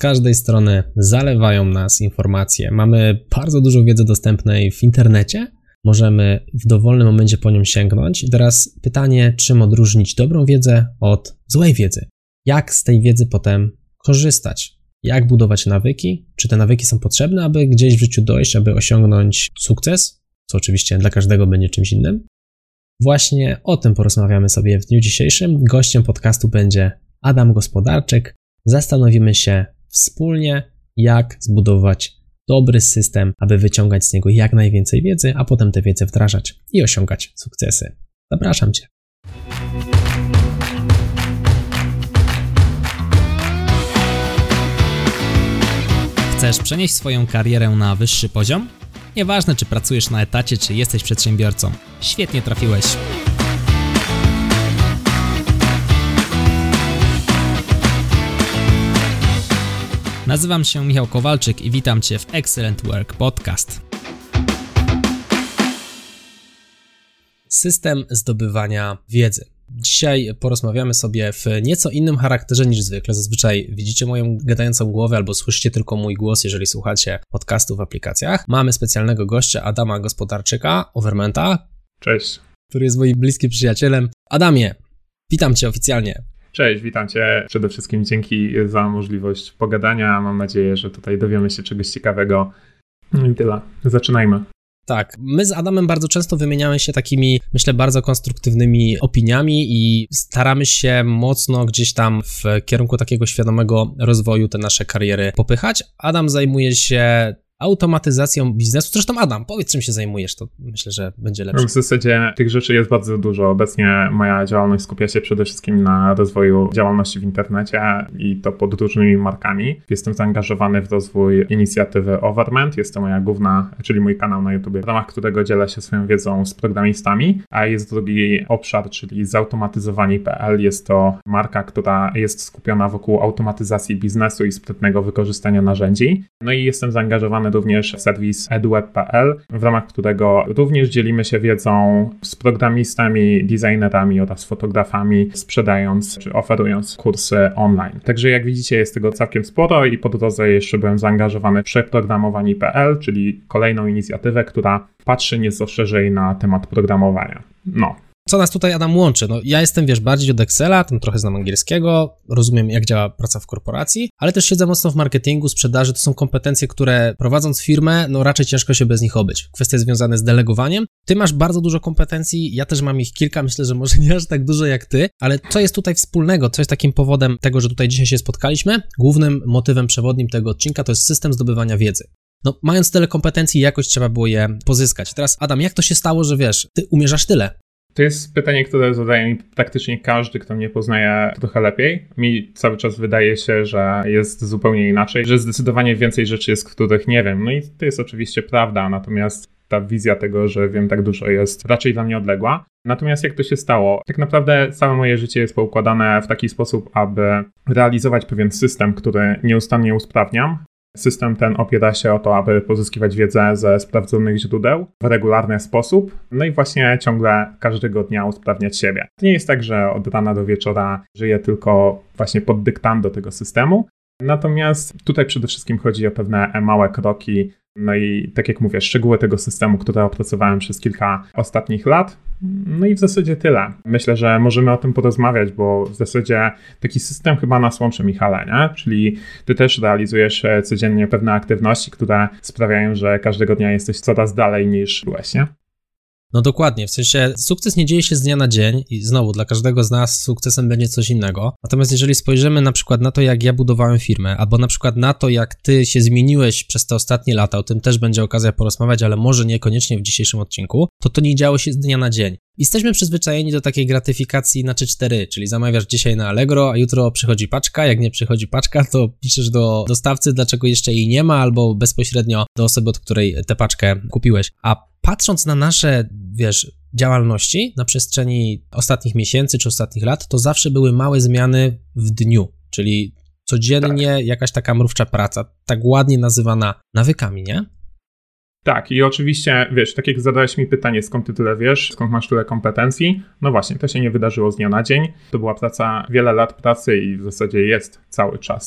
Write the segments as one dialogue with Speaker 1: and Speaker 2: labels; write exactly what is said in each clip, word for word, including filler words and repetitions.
Speaker 1: każdej strony zalewają nas informacje. Mamy bardzo dużo wiedzy dostępnej w internecie. Możemy w dowolnym momencie po nią sięgnąć. I teraz pytanie, czym odróżnić dobrą wiedzę od złej wiedzy? Jak z tej wiedzy potem korzystać? Jak budować nawyki? Czy te nawyki są potrzebne, aby gdzieś w życiu dojść, aby osiągnąć sukces? Co oczywiście dla każdego będzie czymś innym. Właśnie o tym porozmawiamy sobie w dniu dzisiejszym. Gościem podcastu będzie Adam Gospodarczyk. Zastanowimy się wspólnie, jak zbudować dobry system, aby wyciągać z niego jak najwięcej wiedzy, a potem tę wiedzę wdrażać i osiągać sukcesy. Zapraszam Cię.
Speaker 2: Chcesz przenieść swoją karierę na wyższy poziom? Nieważne, czy pracujesz na etacie, czy jesteś przedsiębiorcą. Świetnie trafiłeś. Nazywam się Michał Kowalczyk i witam Cię w Excellent Work Podcast.
Speaker 1: System zdobywania wiedzy. Dzisiaj porozmawiamy sobie w nieco innym charakterze niż zwykle. Zazwyczaj widzicie moją gadającą głowę albo słyszycie tylko mój głos, jeżeli słuchacie podcastu w aplikacjach. Mamy specjalnego gościa, Adama Gospodarczyka, Overmenta.
Speaker 3: Cześć.
Speaker 1: Który jest moim bliskim przyjacielem. Adamie, witam Cię oficjalnie.
Speaker 3: Cześć, witam Cię. Przede wszystkim dzięki za możliwość pogadania. Mam nadzieję, że tutaj dowiemy się czegoś ciekawego. I tyle. Zaczynajmy.
Speaker 1: Tak, my z Adamem bardzo często wymieniamy się takimi, myślę, bardzo konstruktywnymi opiniami i staramy się mocno gdzieś tam w kierunku takiego świadomego rozwoju te nasze kariery popychać. Adam zajmuje się automatyzacją biznesu. Zresztą Adam, powiedz, czym się zajmujesz, to myślę, że będzie lepsze.
Speaker 3: W zasadzie tych rzeczy jest bardzo dużo. Obecnie moja działalność skupia się przede wszystkim na rozwoju działalności w internecie i to pod różnymi markami. Jestem zaangażowany w rozwój inicjatywy Overment. Jest to moja główna, czyli mój kanał na YouTube, w ramach którego dzielę się swoją wiedzą z programistami, a jest drugi obszar, czyli zautomatyzowani kropka p l. Jest to marka, która jest skupiona wokół automatyzacji biznesu i sprytnego wykorzystania narzędzi. No i jestem zaangażowany również w serwis eduweb kropka p l, w ramach którego również dzielimy się wiedzą z programistami, designerami oraz fotografami, sprzedając czy oferując kursy online. Także jak widzicie, jest tego całkiem sporo i po drodze jeszcze byłem zaangażowany w przeprogramowanie kropka p l, czyli kolejną inicjatywę, która patrzy nieco szerzej na temat programowania. No.
Speaker 1: Co nas tutaj, Adam, łączy? No, ja jestem, wiesz, bardziej od Excela, tam trochę znam angielskiego, rozumiem, jak działa praca w korporacji, ale też siedzę mocno w marketingu, sprzedaży. To są kompetencje, które prowadząc firmę, no raczej ciężko się bez nich obyć. Kwestie związane z delegowaniem. Ty masz bardzo dużo kompetencji, ja też mam ich kilka, myślę, że może nie aż tak dużo jak ty, ale co jest tutaj wspólnego? Co jest takim powodem tego, że tutaj dzisiaj się spotkaliśmy? Głównym motywem przewodnim tego odcinka to jest system zdobywania wiedzy. No, mając tyle kompetencji, jakoś trzeba było je pozyskać. Teraz, Adam, jak to się stało, że wiesz, ty umierzasz tyle?
Speaker 3: To jest pytanie, które zadaje mi praktycznie każdy, kto mnie poznaje trochę lepiej. Mi cały czas wydaje się, że jest zupełnie inaczej, że zdecydowanie więcej rzeczy jest, których nie wiem. No i to jest oczywiście prawda, natomiast ta wizja tego, że wiem tak dużo, jest raczej dla mnie odległa. Natomiast jak to się stało? Tak naprawdę całe moje życie jest poukładane w taki sposób, aby realizować pewien system, który nieustannie usprawniam. System ten opiera się o to, aby pozyskiwać wiedzę ze sprawdzonych źródeł w regularny sposób, no i właśnie ciągle każdego dnia usprawniać siebie. To nie jest tak, że od rana do wieczora żyję tylko właśnie pod dyktando tego systemu, natomiast tutaj przede wszystkim chodzi o pewne małe kroki, no i tak jak mówię, szczegóły tego systemu, które opracowałem przez kilka ostatnich lat. No i w zasadzie tyle. Myślę, że możemy o tym porozmawiać, bo w zasadzie taki system chyba nas łączy, Michale, nie? Czyli ty też realizujesz codziennie pewne aktywności, które sprawiają, że każdego dnia jesteś coraz dalej niż byłeś, nie?
Speaker 1: No dokładnie, w sensie sukces nie dzieje się z dnia na dzień i znowu dla każdego z nas sukcesem będzie coś innego. Natomiast jeżeli spojrzymy na przykład na to, jak ja budowałem firmę, albo na przykład na to, jak ty się zmieniłeś przez te ostatnie lata, o tym też będzie okazja porozmawiać, ale może niekoniecznie w dzisiejszym odcinku, to to nie działo się z dnia na dzień. Jesteśmy przyzwyczajeni do takiej gratyfikacji na trzy cztery, czyli zamawiasz dzisiaj na Allegro, a jutro przychodzi paczka, jak nie przychodzi paczka, to piszesz do dostawcy, dlaczego jeszcze jej nie ma, albo bezpośrednio do osoby, od której tę paczkę kupiłeś. A patrząc na nasze, wiesz, działalności na przestrzeni ostatnich miesięcy czy ostatnich lat, to zawsze były małe zmiany w dniu, czyli codziennie tak. Jakaś taka mrówcza praca, tak ładnie nazywana nawykami, nie?
Speaker 3: Tak, i oczywiście, wiesz, tak jak zadałeś mi pytanie, skąd ty tyle wiesz, skąd masz tyle kompetencji, no właśnie, to się nie wydarzyło z dnia na dzień, to była praca, wiele lat pracy i w zasadzie jest cały czas.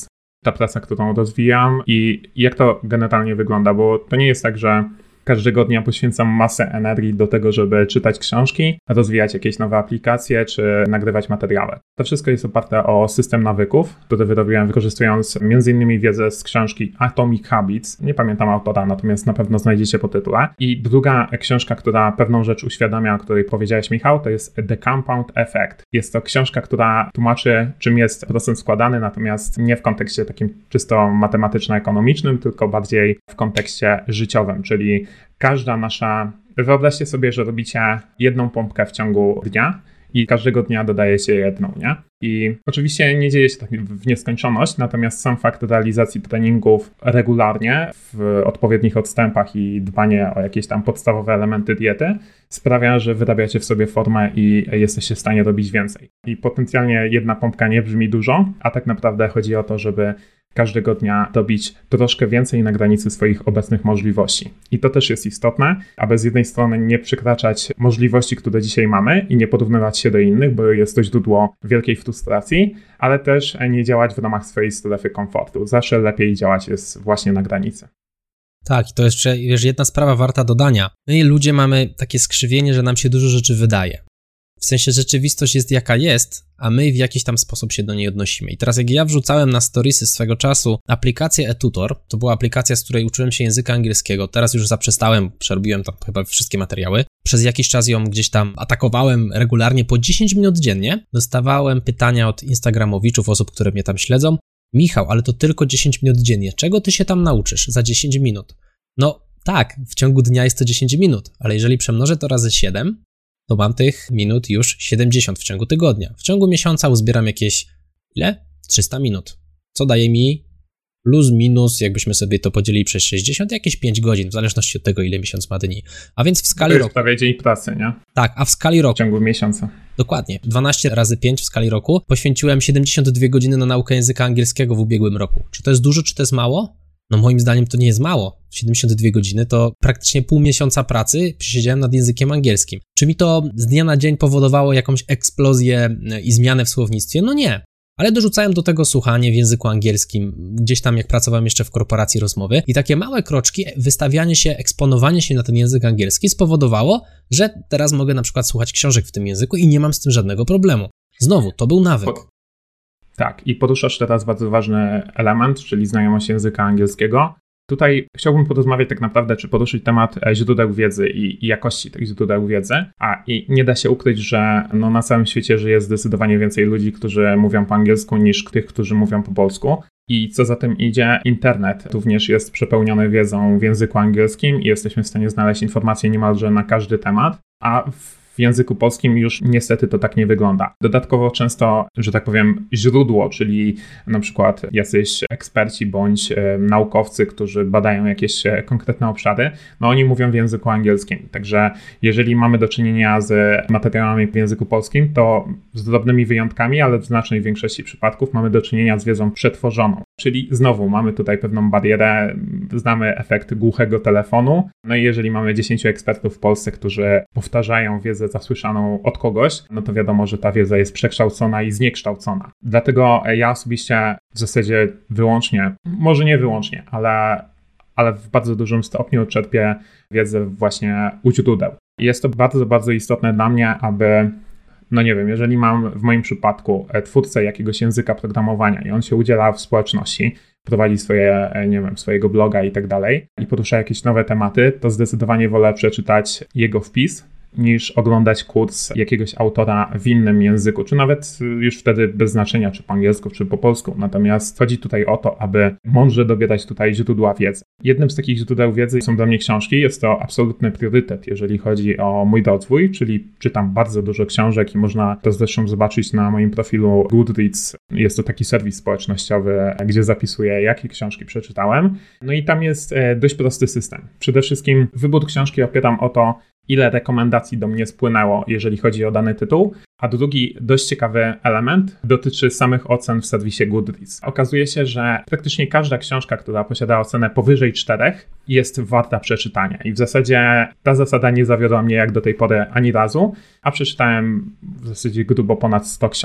Speaker 3: ta praca, którą rozwijam i jak to generalnie wygląda, bo to nie jest tak, że każdego dnia poświęcam masę energii do tego, żeby czytać książki, rozwijać jakieś nowe aplikacje czy nagrywać materiały. To wszystko jest oparte o system nawyków, który wyrobiłem wykorzystując między innymi wiedzę z książki Atomic Habits. Nie pamiętam autora, natomiast na pewno znajdziecie po tytule. I druga książka, która pewną rzecz uświadamia, o której powiedziałeś, Michał, to jest The Compound Effect. Jest to książka, która tłumaczy, czym jest procent składany, natomiast nie w kontekście takim czysto matematyczno-ekonomicznym, tylko bardziej w kontekście życiowym, czyli każda nasza... Wyobraźcie sobie, że robicie jedną pompkę w ciągu dnia i każdego dnia dodaje się jedną, nie? I oczywiście nie dzieje się tak w nieskończoność, natomiast sam fakt realizacji treningów regularnie w odpowiednich odstępach i dbanie o jakieś tam podstawowe elementy diety sprawia, że wyrabiacie w sobie formę i jesteście w stanie robić więcej. I potencjalnie jedna pompka nie brzmi dużo, a tak naprawdę chodzi o to, żeby każdego dnia robić troszkę więcej na granicy swoich obecnych możliwości. I to też jest istotne, aby z jednej strony nie przekraczać możliwości, które dzisiaj mamy i nie porównywać się do innych, bo jest to źródło wielkiej frustracji, ale też nie działać w ramach swojej strefy komfortu. Zawsze lepiej działać jest właśnie na granicy.
Speaker 1: Tak, i to jeszcze, wiesz, jedna sprawa warta dodania. My ludzie mamy takie skrzywienie, że nam się dużo rzeczy wydaje. W sensie rzeczywistość jest jaka jest, a my w jakiś tam sposób się do niej odnosimy. I teraz jak ja wrzucałem na storiesy swego czasu aplikację eTutor, to była aplikacja, z której uczyłem się języka angielskiego, teraz już zaprzestałem, przerobiłem tam chyba wszystkie materiały. Przez jakiś czas ją gdzieś tam atakowałem regularnie po dziesięć minut dziennie. Dostawałem pytania od instagramowiczów, osób, które mnie tam śledzą. Michał, ale to tylko dziesięć minut dziennie. Czego ty się tam nauczysz za dziesięć minut? No tak, w ciągu dnia jest to dziesięć minut, ale jeżeli przemnożę to razy siedem, to mam tych minut już siedemdziesiąt w ciągu tygodnia. W ciągu miesiąca uzbieram jakieś, ile? trzysta minut. Co daje mi plus minus, jakbyśmy sobie to podzielili przez sześćdziesiąt, jakieś pięć godzin, w zależności od tego, ile miesiąc ma dni. A więc w skali
Speaker 3: roku...
Speaker 1: roku...
Speaker 3: To jest prawie dzień pracy, nie?
Speaker 1: Tak, a w skali roku...
Speaker 3: W ciągu miesiąca.
Speaker 1: Dokładnie. dwanaście razy pięć w skali roku poświęciłem siedemdziesiąt dwie godziny na naukę języka angielskiego w ubiegłym roku. Czy to jest dużo, czy to jest mało? No moim zdaniem to nie jest mało. siedemdziesiąt dwie godziny to praktycznie pół miesiąca pracy siedziałem nad językiem angielskim. Czy mi to z dnia na dzień powodowało jakąś eksplozję i zmianę w słownictwie? No nie. Ale dorzucałem do tego słuchanie w języku angielskim, gdzieś tam jak pracowałem jeszcze w korporacji rozmowy i takie małe kroczki, wystawianie się, eksponowanie się na ten język angielski spowodowało, że teraz mogę na przykład słuchać książek w tym języku i nie mam z tym żadnego problemu. Znowu, to był nawyk.
Speaker 3: Tak, i poruszasz teraz bardzo ważny element, czyli znajomość języka angielskiego. Tutaj chciałbym porozmawiać tak naprawdę, czy poruszyć temat źródeł wiedzy i, i jakości tych źródeł wiedzy. A i nie da się ukryć, że no na całym świecie żyje zdecydowanie więcej ludzi, którzy mówią po angielsku, niż tych, którzy mówią po polsku. I co za tym idzie, internet również jest przepełniony wiedzą w języku angielskim i jesteśmy w stanie znaleźć informacje niemalże na każdy temat, a w W języku polskim już niestety to tak nie wygląda. Dodatkowo często, że tak powiem, źródło, czyli na przykład jacyś eksperci bądź e, naukowcy, którzy badają jakieś e, konkretne obszary, no oni mówią w języku angielskim. Także jeżeli mamy do czynienia z materiałami w języku polskim, to z drobnymi wyjątkami, ale w znacznej większości przypadków mamy do czynienia z wiedzą przetworzoną. Czyli znowu mamy tutaj pewną barierę, znamy efekt głuchego telefonu. No i jeżeli mamy dziesięciu ekspertów w Polsce, którzy powtarzają wiedzę zasłyszaną od kogoś, no to wiadomo, że ta wiedza jest przekształcona i zniekształcona. Dlatego ja osobiście w zasadzie wyłącznie, może nie wyłącznie, ale, ale w bardzo dużym stopniu czerpię wiedzę właśnie u źródeł. Jest to bardzo, bardzo istotne dla mnie, aby, no nie wiem, jeżeli mam w moim przypadku twórcę jakiegoś języka programowania i on się udziela w społeczności, prowadzi swoje, nie wiem, swojego bloga i tak dalej i porusza jakieś nowe tematy, to zdecydowanie wolę przeczytać jego wpis, niż oglądać kurs jakiegoś autora w innym języku, czy nawet już wtedy bez znaczenia, czy po angielsku, czy po polsku. Natomiast chodzi tutaj o to, aby mądrze dobierać tutaj źródła wiedzy. Jednym z takich źródeł wiedzy są dla mnie książki. Jest to absolutny priorytet, jeżeli chodzi o mój rozwój, czyli czytam bardzo dużo książek i można to zresztą zobaczyć na moim profilu Goodreads. Jest to taki serwis społecznościowy, gdzie zapisuję, jakie książki przeczytałem. No i tam jest dość prosty system. Przede wszystkim wybór książki opieram o to, ile rekomendacji do mnie spłynęło, jeżeli chodzi o dany tytuł. A drugi dość ciekawy element dotyczy samych ocen w serwisie Goodreads. Okazuje się, że praktycznie każda książka, która posiada ocenę powyżej czterech, jest warta przeczytania. I w zasadzie ta zasada nie zawiodła mnie jak do tej pory ani razu, a przeczytałem w zasadzie grubo ponad sto książek.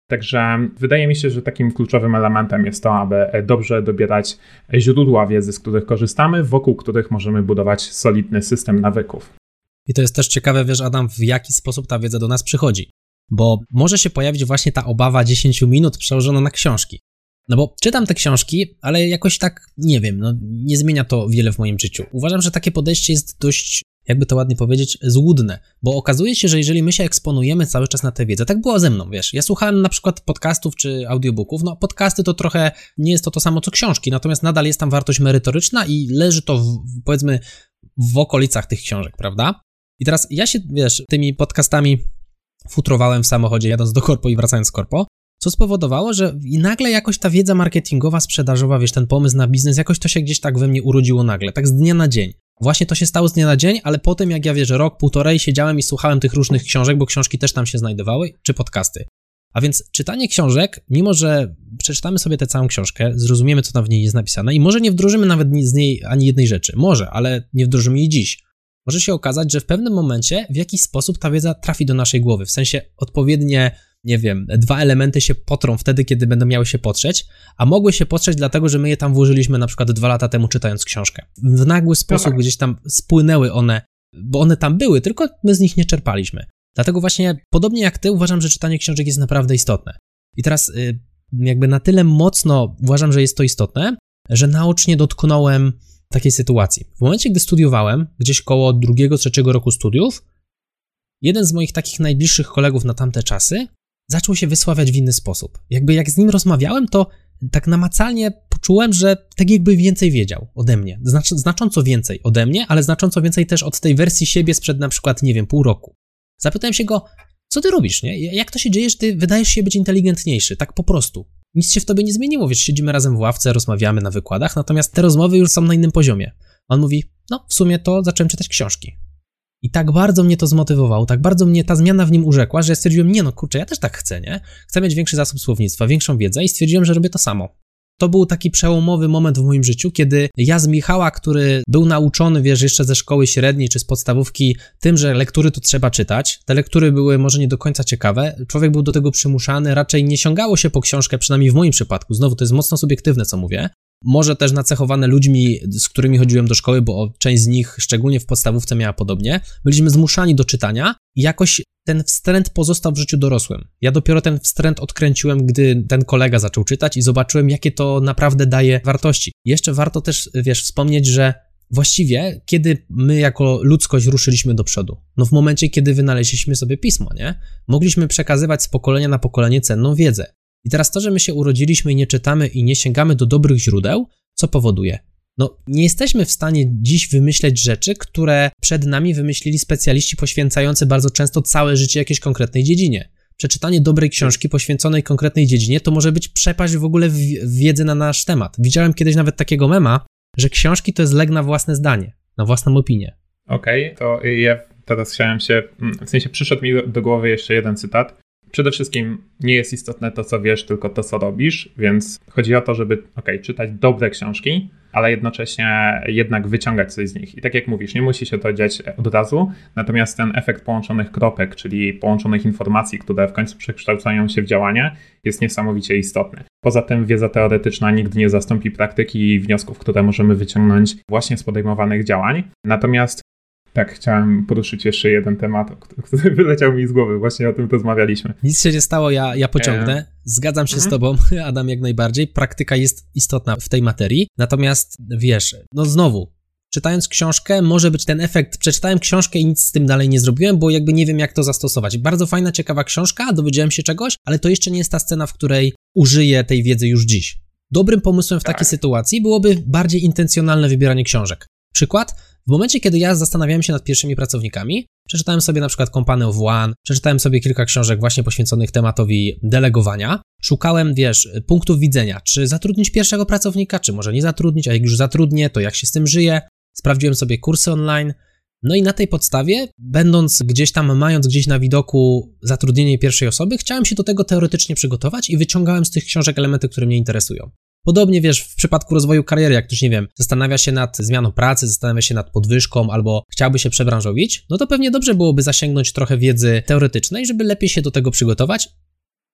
Speaker 3: Także wydaje mi się, że takim kluczowym elementem jest to, aby dobrze dobierać źródła wiedzy, z których korzystamy, wokół których możemy budować solidny system nawyków.
Speaker 1: I to jest też ciekawe, wiesz, Adam, w jaki sposób ta wiedza do nas przychodzi. Bo może się pojawić właśnie ta obawa dziesięć minut przełożona na książki. No bo czytam te książki, ale jakoś tak, nie wiem, no nie zmienia to wiele w moim życiu. Uważam, że takie podejście jest dość, jakby to ładnie powiedzieć, złudne, bo okazuje się, że jeżeli my się eksponujemy cały czas na tę wiedzę, tak było ze mną, wiesz, ja słuchałem na przykład podcastów czy audiobooków, no podcasty to trochę nie jest to to samo co książki, natomiast nadal jest tam wartość merytoryczna i leży to w, powiedzmy w okolicach tych książek, prawda? I teraz ja się, wiesz, tymi podcastami futrowałem w samochodzie jadąc do korpo i wracając z korpo, co spowodowało, że i nagle jakoś ta wiedza marketingowa, sprzedażowa, wiesz, ten pomysł na biznes, jakoś to się gdzieś tak we mnie urodziło nagle, tak z dnia na dzień. Właśnie to się stało z dnia na dzień, ale potem jak ja, wiesz, rok, półtorej siedziałem i słuchałem tych różnych książek, bo książki też tam się znajdowały, czy podcasty. A więc czytanie książek, mimo że przeczytamy sobie tę całą książkę, zrozumiemy, co tam w niej jest napisane i może nie wdrożymy nawet z niej ani jednej rzeczy, może, ale nie wdrożymy jej dziś. Może się okazać, że w pewnym momencie w jakiś sposób ta wiedza trafi do naszej głowy, w sensie odpowiednie, nie wiem, dwa elementy się potrą wtedy, kiedy będą miały się potrzeć, a mogły się potrzeć dlatego, że my je tam włożyliśmy na przykład dwa lata temu czytając książkę. W nagły sposób no gdzieś tam spłynęły one, bo one tam były, tylko my z nich nie czerpaliśmy. Dlatego właśnie, podobnie jak ty, uważam, że czytanie książek jest naprawdę istotne. I teraz jakby na tyle mocno uważam, że jest to istotne, że naocznie dotknąłem takiej sytuacji. W momencie, gdy studiowałem, gdzieś koło drugiego, trzeciego roku studiów, jeden z moich takich najbliższych kolegów na tamte czasy zaczął się wysławiać w inny sposób. Jakby jak z nim rozmawiałem, to tak namacalnie poczułem, że tak jakby więcej wiedział ode mnie. Znac- znacząco więcej ode mnie, ale znacząco więcej też od tej wersji siebie sprzed na przykład, nie wiem, pół roku. Zapytałem się go, co ty robisz, nie? Jak to się dzieje, że ty wydajesz się być inteligentniejszy? Tak po prostu. Nic się w tobie nie zmieniło, wiesz, siedzimy razem w ławce, rozmawiamy na wykładach, natomiast te rozmowy już są na innym poziomie. On mówi, no w sumie to zacząłem czytać książki. I tak bardzo mnie to zmotywowało, tak bardzo mnie ta zmiana w nim urzekła, że ja stwierdziłem, nie no kurczę, ja też tak chcę, nie? Chcę mieć większy zasób słownictwa, większą wiedzę i stwierdziłem, że robię to samo. To był taki przełomowy moment w moim życiu, kiedy ja z Michała, który był nauczony, wiesz, jeszcze ze szkoły średniej czy z podstawówki tym, że lektury to trzeba czytać, te lektury były może nie do końca ciekawe, człowiek był do tego przymuszany, raczej nie sięgało się po książkę, przynajmniej w moim przypadku, znowu to jest mocno subiektywne, co mówię, może też nacechowane ludźmi, z którymi chodziłem do szkoły, bo część z nich, szczególnie w podstawówce, miała podobnie. Byliśmy zmuszani do czytania i jakoś ten wstręt pozostał w życiu dorosłym. Ja dopiero ten wstręt odkręciłem, gdy ten kolega zaczął czytać i zobaczyłem, jakie to naprawdę daje wartości. Jeszcze warto też, wiesz, wspomnieć, że właściwie, kiedy my jako ludzkość ruszyliśmy do przodu? No w momencie, kiedy wynaleźliśmy sobie pismo, nie? Mogliśmy przekazywać z pokolenia na pokolenie cenną wiedzę. I teraz to, że my się urodziliśmy i nie czytamy i nie sięgamy do dobrych źródeł, co powoduje? No, nie jesteśmy w stanie dziś wymyśleć rzeczy, które przed nami wymyślili specjaliści poświęcający bardzo często całe życie jakiejś konkretnej dziedzinie. Przeczytanie dobrej książki poświęconej konkretnej dziedzinie to może być przepaść w ogóle w wiedzy na nasz temat. Widziałem kiedyś nawet takiego mema, że książki to jest lek na własne zdanie, na własną opinię.
Speaker 3: Okej, okay, to ja teraz chciałem się, w sensie przyszedł mi do, do głowy jeszcze jeden cytat. Przede wszystkim nie jest istotne to, co wiesz, tylko to, co robisz, więc chodzi o to, żeby okay, czytać dobre książki, ale jednocześnie jednak wyciągać coś z nich. I tak jak mówisz, nie musi się to dziać od razu, natomiast ten efekt połączonych kropek, czyli połączonych informacji, które w końcu przekształcają się w działanie, jest niesamowicie istotny. Poza tym wiedza teoretyczna nigdy nie zastąpi praktyki i wniosków, które możemy wyciągnąć właśnie z podejmowanych działań. Natomiast tak, chciałem poruszyć jeszcze jeden temat, który wyleciał mi z głowy, właśnie o tym rozmawialiśmy.
Speaker 1: Nic się nie stało, ja, ja pociągnę. Zgadzam się mm. z tobą, Adam, jak najbardziej. Praktyka jest istotna w tej materii, natomiast wiesz, no znowu, czytając książkę może być ten efekt, przeczytałem książkę i nic z tym dalej nie zrobiłem, bo jakby nie wiem, jak to zastosować. Bardzo fajna, ciekawa książka, dowiedziałem się czegoś, ale to jeszcze nie jest ta scena, w której użyję tej wiedzy już dziś. Dobrym pomysłem w tak. takiej sytuacji byłoby bardziej intencjonalne wybieranie książek. Przykład? W momencie, kiedy ja zastanawiałem się nad pierwszymi pracownikami, przeczytałem sobie na przykład Company of One, przeczytałem sobie kilka książek właśnie poświęconych tematowi delegowania, szukałem, wiesz, punktów widzenia, czy zatrudnić pierwszego pracownika, czy może nie zatrudnić, a jak już zatrudnię, to jak się z tym żyje, sprawdziłem sobie kursy online, no i na tej podstawie, będąc gdzieś tam, mając gdzieś na widoku zatrudnienie pierwszej osoby, chciałem się do tego teoretycznie przygotować i wyciągałem z tych książek elementy, które mnie interesują. Podobnie, wiesz, w przypadku rozwoju kariery, jak ktoś, nie wiem, zastanawia się nad zmianą pracy, zastanawia się nad podwyżką albo chciałby się przebranżowić, no to pewnie dobrze byłoby zasięgnąć trochę wiedzy teoretycznej, żeby lepiej się do tego przygotować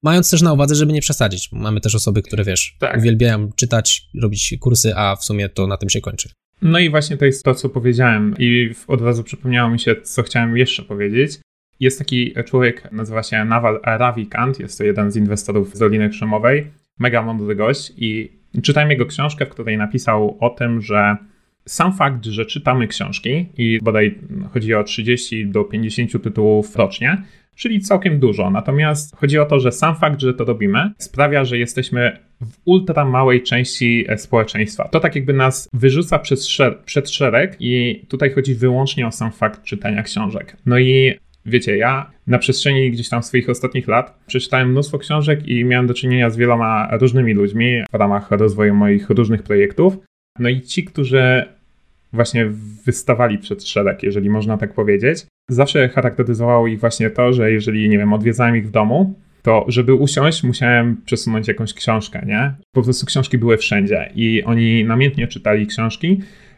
Speaker 1: Mając też na uwadze, żeby nie przesadzić. Mamy też osoby, które, wiesz, tak. uwielbiają czytać, robić kursy, a w sumie to na tym się kończy.
Speaker 3: No i właśnie to jest to, co powiedziałem i od razu przypomniało mi się, co chciałem jeszcze powiedzieć. Jest taki człowiek, nazywa się Naval Ravikant, jest to jeden z inwestorów z Doliny Krzemowej, mega mądry gość i czytałem jego książkę, w której napisał o tym, że sam fakt, że czytamy książki i bodaj chodzi o trzydzieści do pięćdziesięciu tytułów rocznie, czyli całkiem dużo. Natomiast chodzi o to, że sam fakt, że to robimy, sprawia, że jesteśmy w ultra małej części społeczeństwa. To tak jakby nas wyrzuca przed, szer- przed szereg i tutaj chodzi wyłącznie o sam fakt czytania książek. No i wiecie, ja na przestrzeni gdzieś tam swoich ostatnich lat przeczytałem mnóstwo książek i miałem do czynienia z wieloma różnymi ludźmi w ramach rozwoju moich różnych projektów. No i ci, którzy właśnie wystawali przed szereg, jeżeli można tak powiedzieć, zawsze charakteryzowało ich właśnie to, że jeżeli, nie wiem, odwiedzałem ich w domu, to żeby usiąść, musiałem przesunąć jakąś książkę, nie? Po prostu książki były wszędzie i oni namiętnie czytali książki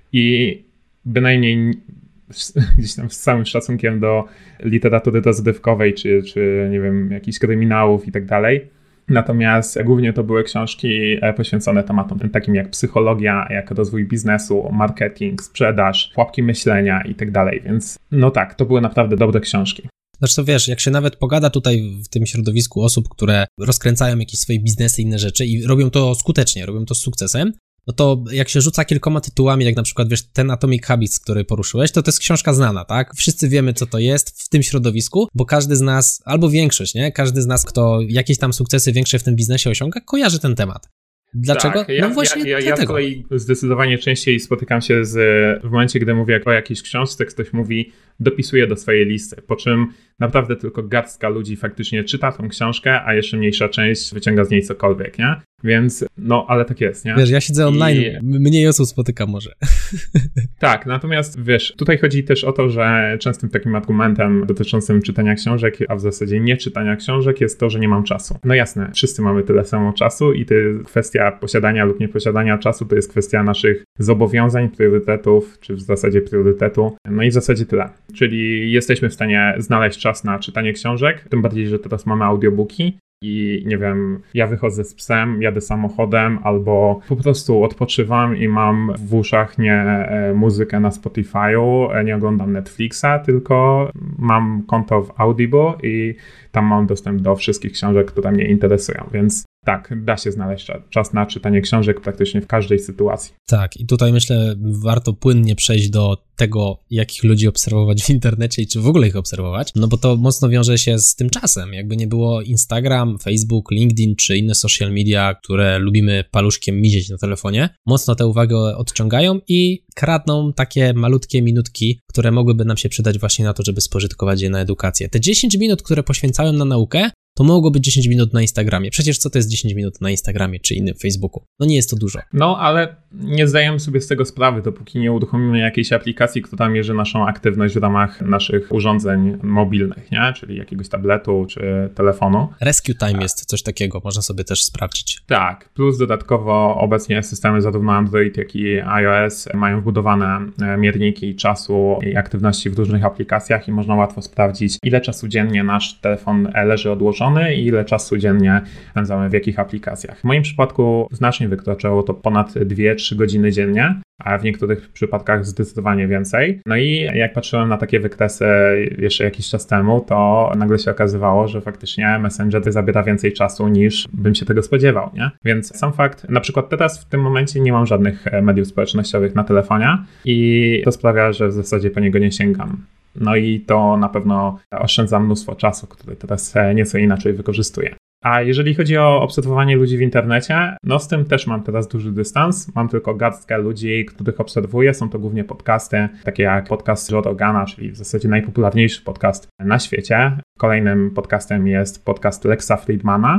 Speaker 3: i bynajmniej gdzieś tam z całym szacunkiem do literatury rozrywkowej, czy, czy nie wiem, jakichś kryminałów i tak dalej. Natomiast głównie to były książki poświęcone tematom takim jak psychologia, jak rozwój biznesu, marketing, sprzedaż, pułapki myślenia i tak dalej. Więc no tak, to były naprawdę dobre książki.
Speaker 1: Zresztą wiesz, jak się nawet pogada tutaj w tym środowisku osób, które rozkręcają jakieś swoje biznesy i inne rzeczy i robią to skutecznie, robią to z sukcesem, no to jak się rzuca kilkoma tytułami, jak na przykład, wiesz, ten Atomic Habits, który poruszyłeś, to to jest książka znana, tak? Wszyscy wiemy, co to jest w tym środowisku, bo każdy z nas, albo większość, nie? Każdy z nas, kto jakieś tam sukcesy większe w tym biznesie osiąga, kojarzy ten temat. Dlaczego?
Speaker 3: Tak, ja,
Speaker 1: no właśnie
Speaker 3: ja, ja, ja
Speaker 1: dlatego.
Speaker 3: z kolei zdecydowanie częściej spotykam się z, w momencie, gdy mówię o jakiejś książce, ktoś mówi, dopisuję do swojej listy, po czym naprawdę tylko garstka ludzi faktycznie czyta tą książkę, a jeszcze mniejsza część wyciąga z niej cokolwiek, nie? Więc, no, ale tak jest, nie?
Speaker 1: Wiesz, ja siedzę online,
Speaker 3: I...
Speaker 1: mniej osób spotykam może.
Speaker 3: Tak, natomiast wiesz, tutaj chodzi też o to, że częstym takim argumentem dotyczącym czytania książek, a w zasadzie nie czytania książek jest to, że nie mam czasu. No jasne, wszyscy mamy tyle samo czasu i to jest kwestia posiadania lub nieposiadania czasu, to jest kwestia naszych zobowiązań, priorytetów, czy w zasadzie priorytetu. No i w zasadzie tyle. Czyli jesteśmy w stanie znaleźć czas na czytanie książek, tym bardziej, że teraz mamy audiobooki. I nie wiem, ja wychodzę z psem, jadę samochodem albo po prostu odpoczywam i mam w uszach nie e, muzykę na Spotify'u, e, nie oglądam Netflixa, tylko mam konto w Audible i tam mam dostęp do wszystkich książek, które mnie interesują, więc tak, da się znaleźć czas na czytanie książek praktycznie w każdej sytuacji.
Speaker 1: Tak, i tutaj myślę, warto płynnie przejść do tego, jakich ludzi obserwować w internecie i czy w ogóle ich obserwować, no bo to mocno wiąże się z tym czasem. Jakby nie było Instagram, Facebook, LinkedIn czy inne social media, które lubimy paluszkiem mizieć na telefonie, mocno tę uwagę odciągają i kradną takie malutkie minutki, które mogłyby nam się przydać właśnie na to, żeby spożytkować je na edukację. Te dziesięć minut, które poświęcałem na naukę, to mogło być dziesięć minut na Instagramie. Przecież co to jest dziesięć minut na Instagramie czy innym Facebooku? No nie jest to dużo.
Speaker 3: No, ale nie zdajemy sobie z tego sprawy, dopóki nie uruchomimy jakiejś aplikacji, która mierzy naszą aktywność w ramach naszych urządzeń mobilnych, nie? Czyli jakiegoś tabletu czy telefonu.
Speaker 1: Rescue Time jest coś takiego, można sobie też sprawdzić.
Speaker 3: Tak, plus dodatkowo obecnie systemy zarówno Android, jak i iOS mają wbudowane mierniki czasu i aktywności w różnych aplikacjach i można łatwo sprawdzić, ile czasu dziennie nasz telefon leży odłożony i ile czasu dziennie spędzamy w jakich aplikacjach. W moim przypadku znacznie wykroczyło to ponad dwie trzy godziny dziennie, a w niektórych przypadkach zdecydowanie więcej. No i jak patrzyłem na takie wykresy jeszcze jakiś czas temu, to nagle się okazywało, że faktycznie Messenger zabiera więcej czasu niż bym się tego spodziewał, nie? Więc sam fakt, na przykład teraz w tym momencie nie mam żadnych mediów społecznościowych na telefonie i to sprawia, że w zasadzie po niego nie sięgam. No i to na pewno oszczędza mnóstwo czasu, który teraz nieco inaczej wykorzystuję. A jeżeli chodzi o obserwowanie ludzi w internecie, no z tym też mam teraz duży dystans. Mam tylko garstkę ludzi, których obserwuję. Są to głównie podcasty, takie jak podcast Joe Rogana, czyli w zasadzie najpopularniejszy podcast na świecie. Kolejnym podcastem jest podcast Lexa Fridmana.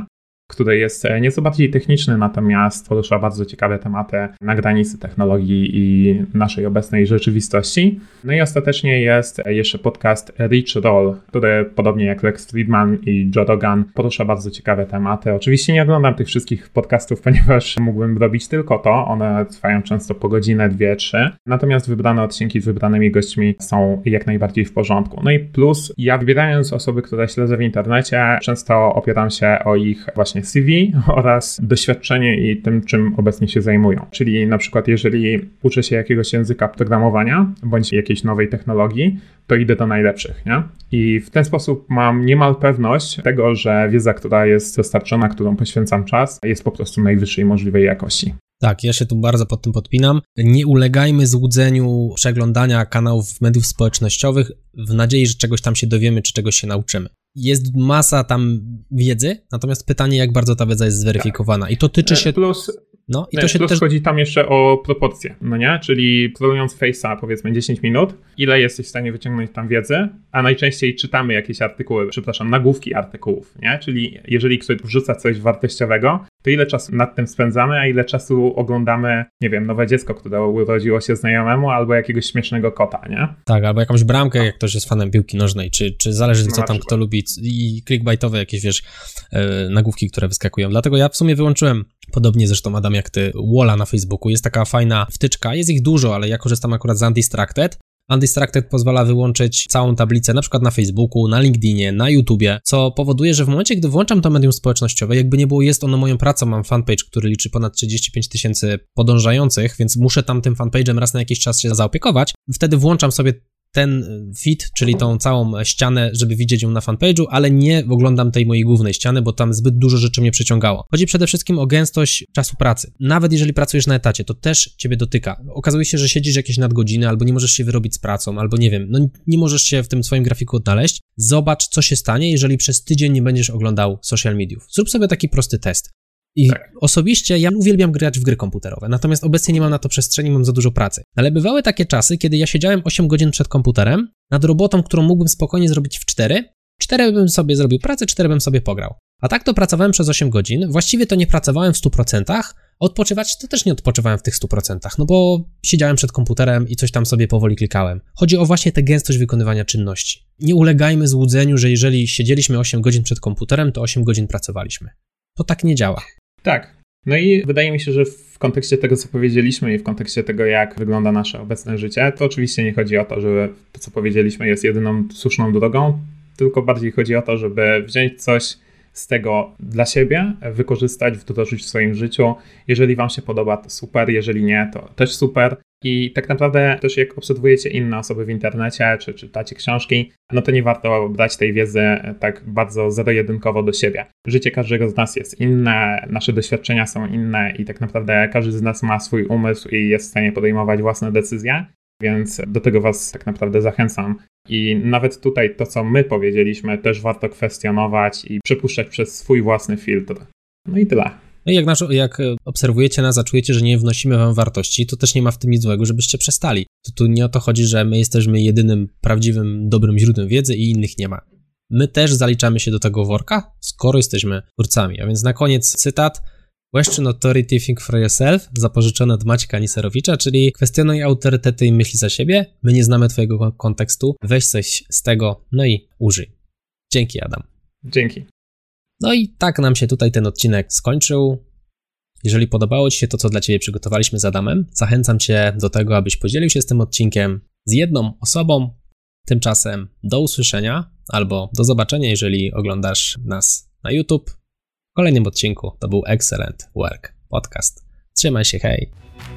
Speaker 3: który jest nieco bardziej techniczny, natomiast porusza bardzo ciekawe tematy na granicy technologii i naszej obecnej rzeczywistości. No i ostatecznie jest jeszcze podcast Rich Roll, który podobnie jak Lex Fridman i Joe Rogan porusza bardzo ciekawe tematy. Oczywiście nie oglądam tych wszystkich podcastów, ponieważ mógłbym robić tylko to. One trwają często po godzinę, dwie, trzy. Natomiast wybrane odcinki z wybranymi gośćmi są jak najbardziej w porządku. No i plus, ja wybierając osoby, które śledzę w internecie, często opieram się o ich właśnie C V oraz doświadczenie i tym, czym obecnie się zajmują. Czyli na przykład jeżeli uczę się jakiegoś języka programowania bądź jakiejś nowej technologii, to idę do najlepszych, nie? I w ten sposób mam niemal pewność tego, że wiedza, która jest dostarczona, którą poświęcam czas, jest po prostu najwyższej możliwej jakości.
Speaker 1: Tak, ja się tu bardzo pod tym podpinam. Nie ulegajmy złudzeniu przeglądania kanałów mediów społecznościowych w nadziei, że czegoś tam się dowiemy, czy czegoś się nauczymy. Jest masa tam wiedzy, natomiast pytanie, jak bardzo ta wiedza jest zweryfikowana. I to tyczy się...
Speaker 3: Plus...
Speaker 1: No, i
Speaker 3: nie,
Speaker 1: to się
Speaker 3: plus
Speaker 1: też...
Speaker 3: chodzi tam jeszcze o proporcje, no nie? Czyli scrollując Face'a powiedzmy dziesięć minut, ile jesteś w stanie wyciągnąć tam wiedzy, a najczęściej czytamy jakieś artykuły, przepraszam, nagłówki artykułów, nie? Czyli jeżeli ktoś wrzuca coś wartościowego, to ile czasu nad tym spędzamy, a ile czasu oglądamy, nie wiem, nowe dziecko, które urodziło się znajomemu, albo jakiegoś śmiesznego kota, nie?
Speaker 1: Tak, albo jakąś bramkę, no. Jak ktoś jest fanem piłki nożnej, czy, czy zależy, co tam kto lubi, i clickbaitowe jakieś, wiesz, yy, nagłówki, które wyskakują. Dlatego ja w sumie wyłączyłem, podobnie zresztą Adam jak ty, Walla na Facebooku. Jest taka fajna wtyczka, jest ich dużo, ale ja korzystam akurat z Undistracted. Undistracted pozwala wyłączyć całą tablicę, na przykład na Facebooku, na LinkedInie, na YouTubie, co powoduje, że w momencie, gdy włączam to medium społecznościowe, jakby nie było, jest ono moją pracą, mam fanpage, który liczy ponad trzydzieści pięć tysięcy podążających, więc muszę tam tym fanpage'em raz na jakiś czas się zaopiekować. Wtedy włączam sobie ten feed, czyli tą całą ścianę, żeby widzieć ją na fanpage'u, ale nie oglądam tej mojej głównej ściany, bo tam zbyt dużo rzeczy mnie przyciągało. Chodzi przede wszystkim o gęstość czasu pracy. Nawet jeżeli pracujesz na etacie, to też ciebie dotyka. Okazuje się, że siedzisz jakieś nadgodziny, albo nie możesz się wyrobić z pracą, albo nie wiem, no nie możesz się w tym swoim grafiku odnaleźć. Zobacz, co się stanie, jeżeli przez tydzień nie będziesz oglądał social mediów. Zrób sobie taki prosty test. I tak. Osobiście ja uwielbiam grać w gry komputerowe, natomiast obecnie nie mam na to przestrzeni, mam za dużo pracy. Ale bywały takie czasy, kiedy ja siedziałem osiem godzin przed komputerem nad robotą, którą mógłbym spokojnie zrobić w cztery. cztery bym sobie zrobił pracę, cztery bym sobie pograł. A tak to pracowałem przez osiem godzin, właściwie to nie pracowałem w stu procentach, odpoczywać to też nie odpoczywałem w tych stu procentach, no bo siedziałem przed komputerem i coś tam sobie powoli klikałem. Chodzi o właśnie tę gęstość wykonywania czynności. Nie ulegajmy złudzeniu, że jeżeli siedzieliśmy osiem godzin przed komputerem, to osiem godzin pracowaliśmy. To tak nie działa.
Speaker 3: Tak. No i wydaje mi się, że w kontekście tego, co powiedzieliśmy i w kontekście tego, jak wygląda nasze obecne życie, to oczywiście nie chodzi o to, że to, co powiedzieliśmy, jest jedyną słuszną drogą, tylko bardziej chodzi o to, żeby wziąć coś z tego dla siebie, wykorzystać, wdrożyć w swoim życiu. Jeżeli wam się podoba, to super, jeżeli nie, to też super. I tak naprawdę też jak obserwujecie inne osoby w internecie, czy czytacie książki, no to nie warto brać tej wiedzy tak bardzo zero-jedynkowo do siebie. Życie każdego z nas jest inne, nasze doświadczenia są inne i tak naprawdę każdy z nas ma swój umysł i jest w stanie podejmować własne decyzje, więc do tego was tak naprawdę zachęcam. I nawet tutaj to, co my powiedzieliśmy, też warto kwestionować i przepuszczać przez swój własny filtr. No i tyle.
Speaker 1: No i jak, nasz, jak obserwujecie nas, a czujecie, że nie wnosimy wam wartości, to też nie ma w tym nic złego, żebyście przestali. To tu nie o to chodzi, że my jesteśmy jedynym prawdziwym, dobrym źródłem wiedzy i innych nie ma. My też zaliczamy się do tego worka, skoro jesteśmy twórcami. A więc na koniec cytat. Question authority, think for yourself, zapożyczone od Maćka Niserowicza, czyli kwestionuj autorytety i myśli za siebie. My nie znamy twojego kontekstu, weź coś z tego, no i użyj. Dzięki, Adam.
Speaker 3: Dzięki.
Speaker 1: No i tak nam się tutaj ten odcinek skończył. Jeżeli podobało ci się to, co dla ciebie przygotowaliśmy z Adamem, zachęcam cię do tego, abyś podzielił się z tym odcinkiem z jedną osobą. Tymczasem do usłyszenia albo do zobaczenia, jeżeli oglądasz nas na YouTube. W kolejnym odcinku to był Excellent Work Podcast. Trzymaj się, hej!